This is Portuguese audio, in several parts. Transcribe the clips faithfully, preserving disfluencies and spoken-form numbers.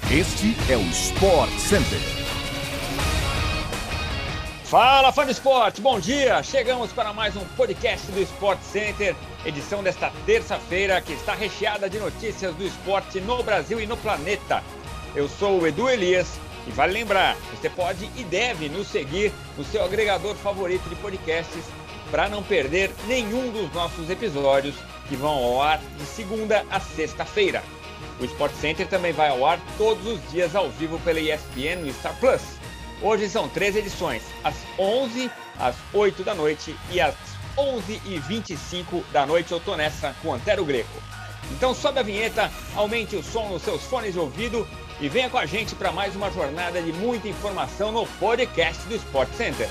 Este é o Sport Center. Fala, fã do esporte, bom dia! Chegamos para mais um podcast do Sport Center, edição desta terça-feira que está recheada de notícias do esporte no Brasil e no planeta. Eu sou o Edu Elias e vale lembrar, você pode e deve nos seguir no seu agregador favorito de podcasts para não perder nenhum dos nossos episódios que vão ao ar de segunda a sexta-feira. O Sport Center também vai ao ar todos os dias ao vivo pela E S P N no Star Plus. Hoje são três edições, às onze, às oito da noite e às onze e vinte e cinco da noite. Eu tô nessa com Antero Greco. Então sobe a vinheta, aumente o som nos seus fones de ouvido e venha com a gente para mais uma jornada de muita informação no podcast do Sport Center.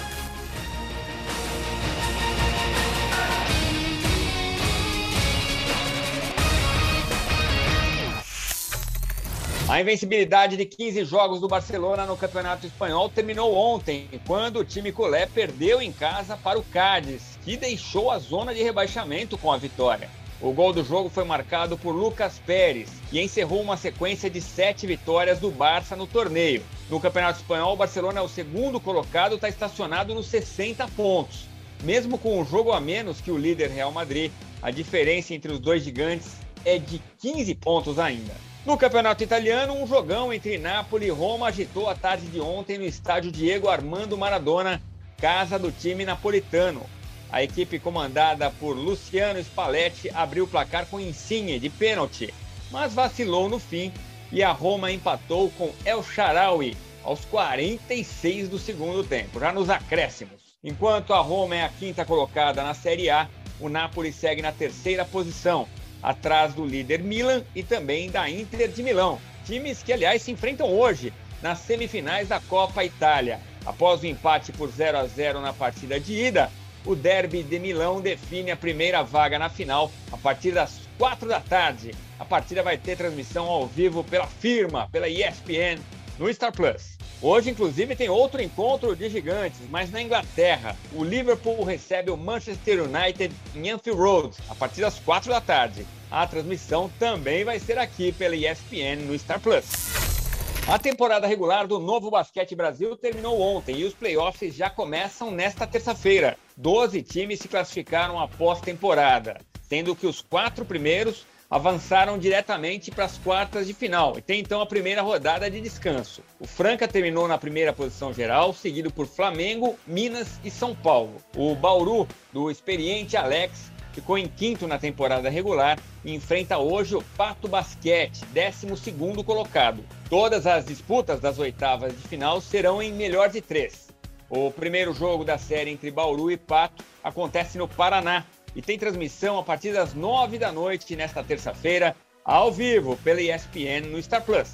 A invencibilidade de quinze jogos do Barcelona no Campeonato Espanhol terminou ontem, quando o time culé perdeu em casa para o Cádiz, que deixou a zona de rebaixamento com a vitória. O gol do jogo foi marcado por Lucas Pérez, que encerrou uma sequência de sete vitórias do Barça no torneio. No Campeonato Espanhol, o Barcelona é o segundo colocado, está estacionado nos sessenta pontos. Mesmo com um jogo a menos que o líder Real Madrid, a diferença entre os dois gigantes é de quinze pontos ainda. No Campeonato Italiano, um jogão entre Napoli e Roma agitou a tarde de ontem no estádio Diego Armando Maradona, casa do time napolitano. A equipe comandada por Luciano Spalletti abriu o placar com Insigne de pênalti, mas vacilou no fim e a Roma empatou com El Shaarawy aos quarenta e seis do segundo tempo, já nos acréscimos. Enquanto a Roma é a quinta colocada na Série A, o Napoli segue na terceira posição, atrás do líder Milan e também da Inter de Milão. Times que, aliás, se enfrentam hoje nas semifinais da Copa Itália. Após o empate por zero a zero na partida de ida, o Derby de Milão define a primeira vaga na final a partir das quatro da tarde. A partida vai ter transmissão ao vivo pela firma, pela E S P N, no Star Plus. Hoje, inclusive, tem outro encontro de gigantes, mas na Inglaterra. O Liverpool recebe o Manchester United em Anfield Road, a partir das quatro da tarde. A transmissão também vai ser aqui pela E S P N no Star Plus. A temporada regular do Novo Basquete Brasil terminou ontem e os playoffs já começam nesta terça-feira. doze times se classificaram após temporada, sendo que os quatro primeiros avançaram diretamente para as quartas de final e tem então a primeira rodada de descanso. O Franca terminou na primeira posição geral, seguido por Flamengo, Minas e São Paulo. O Bauru, do experiente Alex, ficou em quinto na temporada regular e enfrenta hoje o Pato Basquete, décimo segundo colocado. Todas as disputas das oitavas de final serão em melhor de três. O primeiro jogo da série entre Bauru e Pato acontece no Paraná e tem transmissão a partir das nove da noite nesta terça-feira, ao vivo pela E S P N no Star Plus.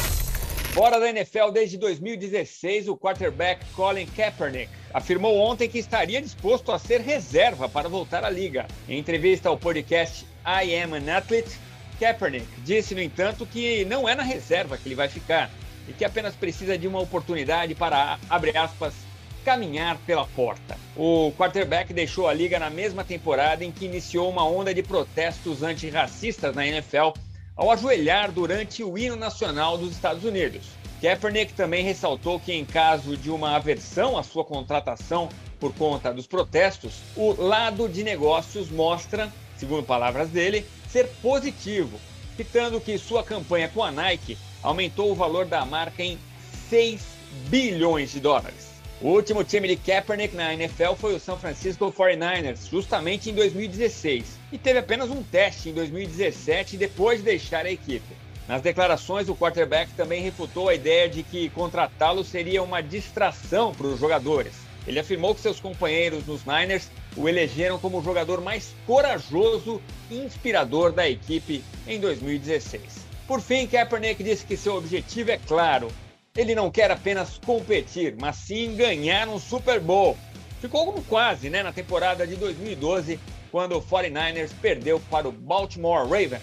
Fora da N F L desde dois mil e dezesseis, o quarterback Colin Kaepernick afirmou ontem que estaria disposto a ser reserva para voltar à liga. Em entrevista ao podcast I Am an Athlete, Kaepernick disse, no entanto, que não é na reserva que ele vai ficar e que apenas precisa de uma oportunidade para, abre aspas, caminhar pela porta. O quarterback deixou a liga na mesma temporada em que iniciou uma onda de protestos antirracistas na N F L ao ajoelhar durante o hino nacional dos Estados Unidos. Kaepernick também ressaltou que, em caso de uma aversão à sua contratação por conta dos protestos, o lado de negócios mostra, segundo palavras dele, ser positivo, citando que sua campanha com a Nike aumentou o valor da marca em seis bilhões de dólares. O último time de Kaepernick na N F L foi o San Francisco forty-niners, justamente em dois mil e dezesseis, e teve apenas um teste em dois mil e dezessete depois de deixar a equipe. Nas declarações, o quarterback também refutou a ideia de que contratá-lo seria uma distração para os jogadores. Ele afirmou que seus companheiros nos Niners o elegeram como o jogador mais corajoso e inspirador da equipe em dois mil e dezesseis. Por fim, Kaepernick disse que seu objetivo é claro. Ele não quer apenas competir, mas sim ganhar um Super Bowl. Ficou como quase, né, na temporada de dois mil e doze, quando o forty-niners perdeu para o Baltimore Ravens.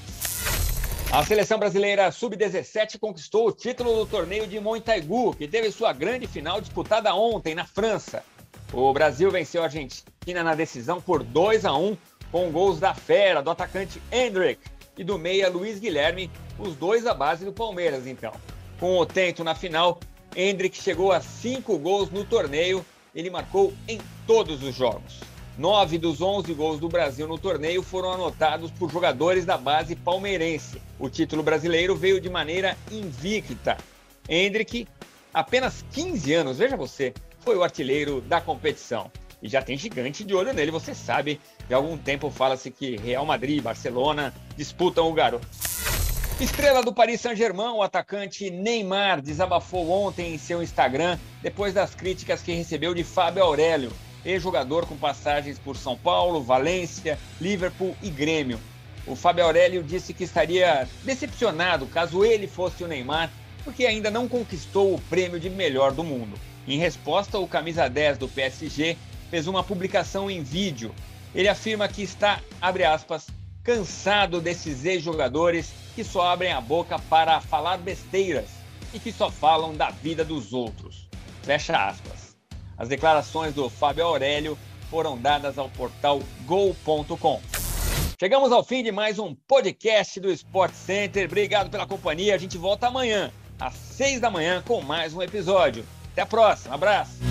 A seleção brasileira sub dezessete conquistou o título do torneio de Montaigu, que teve sua grande final disputada ontem na França. O Brasil venceu a Argentina na decisão por dois a um, com gols da fera, do atacante Endrick e do meia Luiz Guilherme, os dois à base do Palmeiras, então. Com o Otento na final, Endrick chegou a cinco gols no torneio. Ele marcou em todos os jogos. Nove dos onze gols do Brasil no torneio foram anotados por jogadores da base palmeirense. O título brasileiro veio de maneira invicta. Endrick, apenas quinze anos, veja você, foi o artilheiro da competição. E já tem gigante de olho nele, você sabe. De algum tempo fala-se que Real Madrid e Barcelona disputam o garoto. Estrela do Paris Saint-Germain, o atacante Neymar, desabafou ontem em seu Instagram depois das críticas que recebeu de Fábio Aurélio, ex-jogador com passagens por São Paulo, Valência, Liverpool e Grêmio. O Fábio Aurélio disse que estaria decepcionado caso ele fosse o Neymar, porque ainda não conquistou o prêmio de melhor do mundo. Em resposta, o camisa dez do P S G fez uma publicação em vídeo. Ele afirma que está, abre aspas, cansado desses ex-jogadores que só abrem a boca para falar besteiras e que só falam da vida dos outros. Fecha aspas. As declarações do Fábio Aurélio foram dadas ao portal gol ponto com. Chegamos ao fim de mais um podcast do Sport Center. Obrigado pela companhia. A gente volta amanhã, às seis da manhã, com mais um episódio. Até a próxima. Abraço.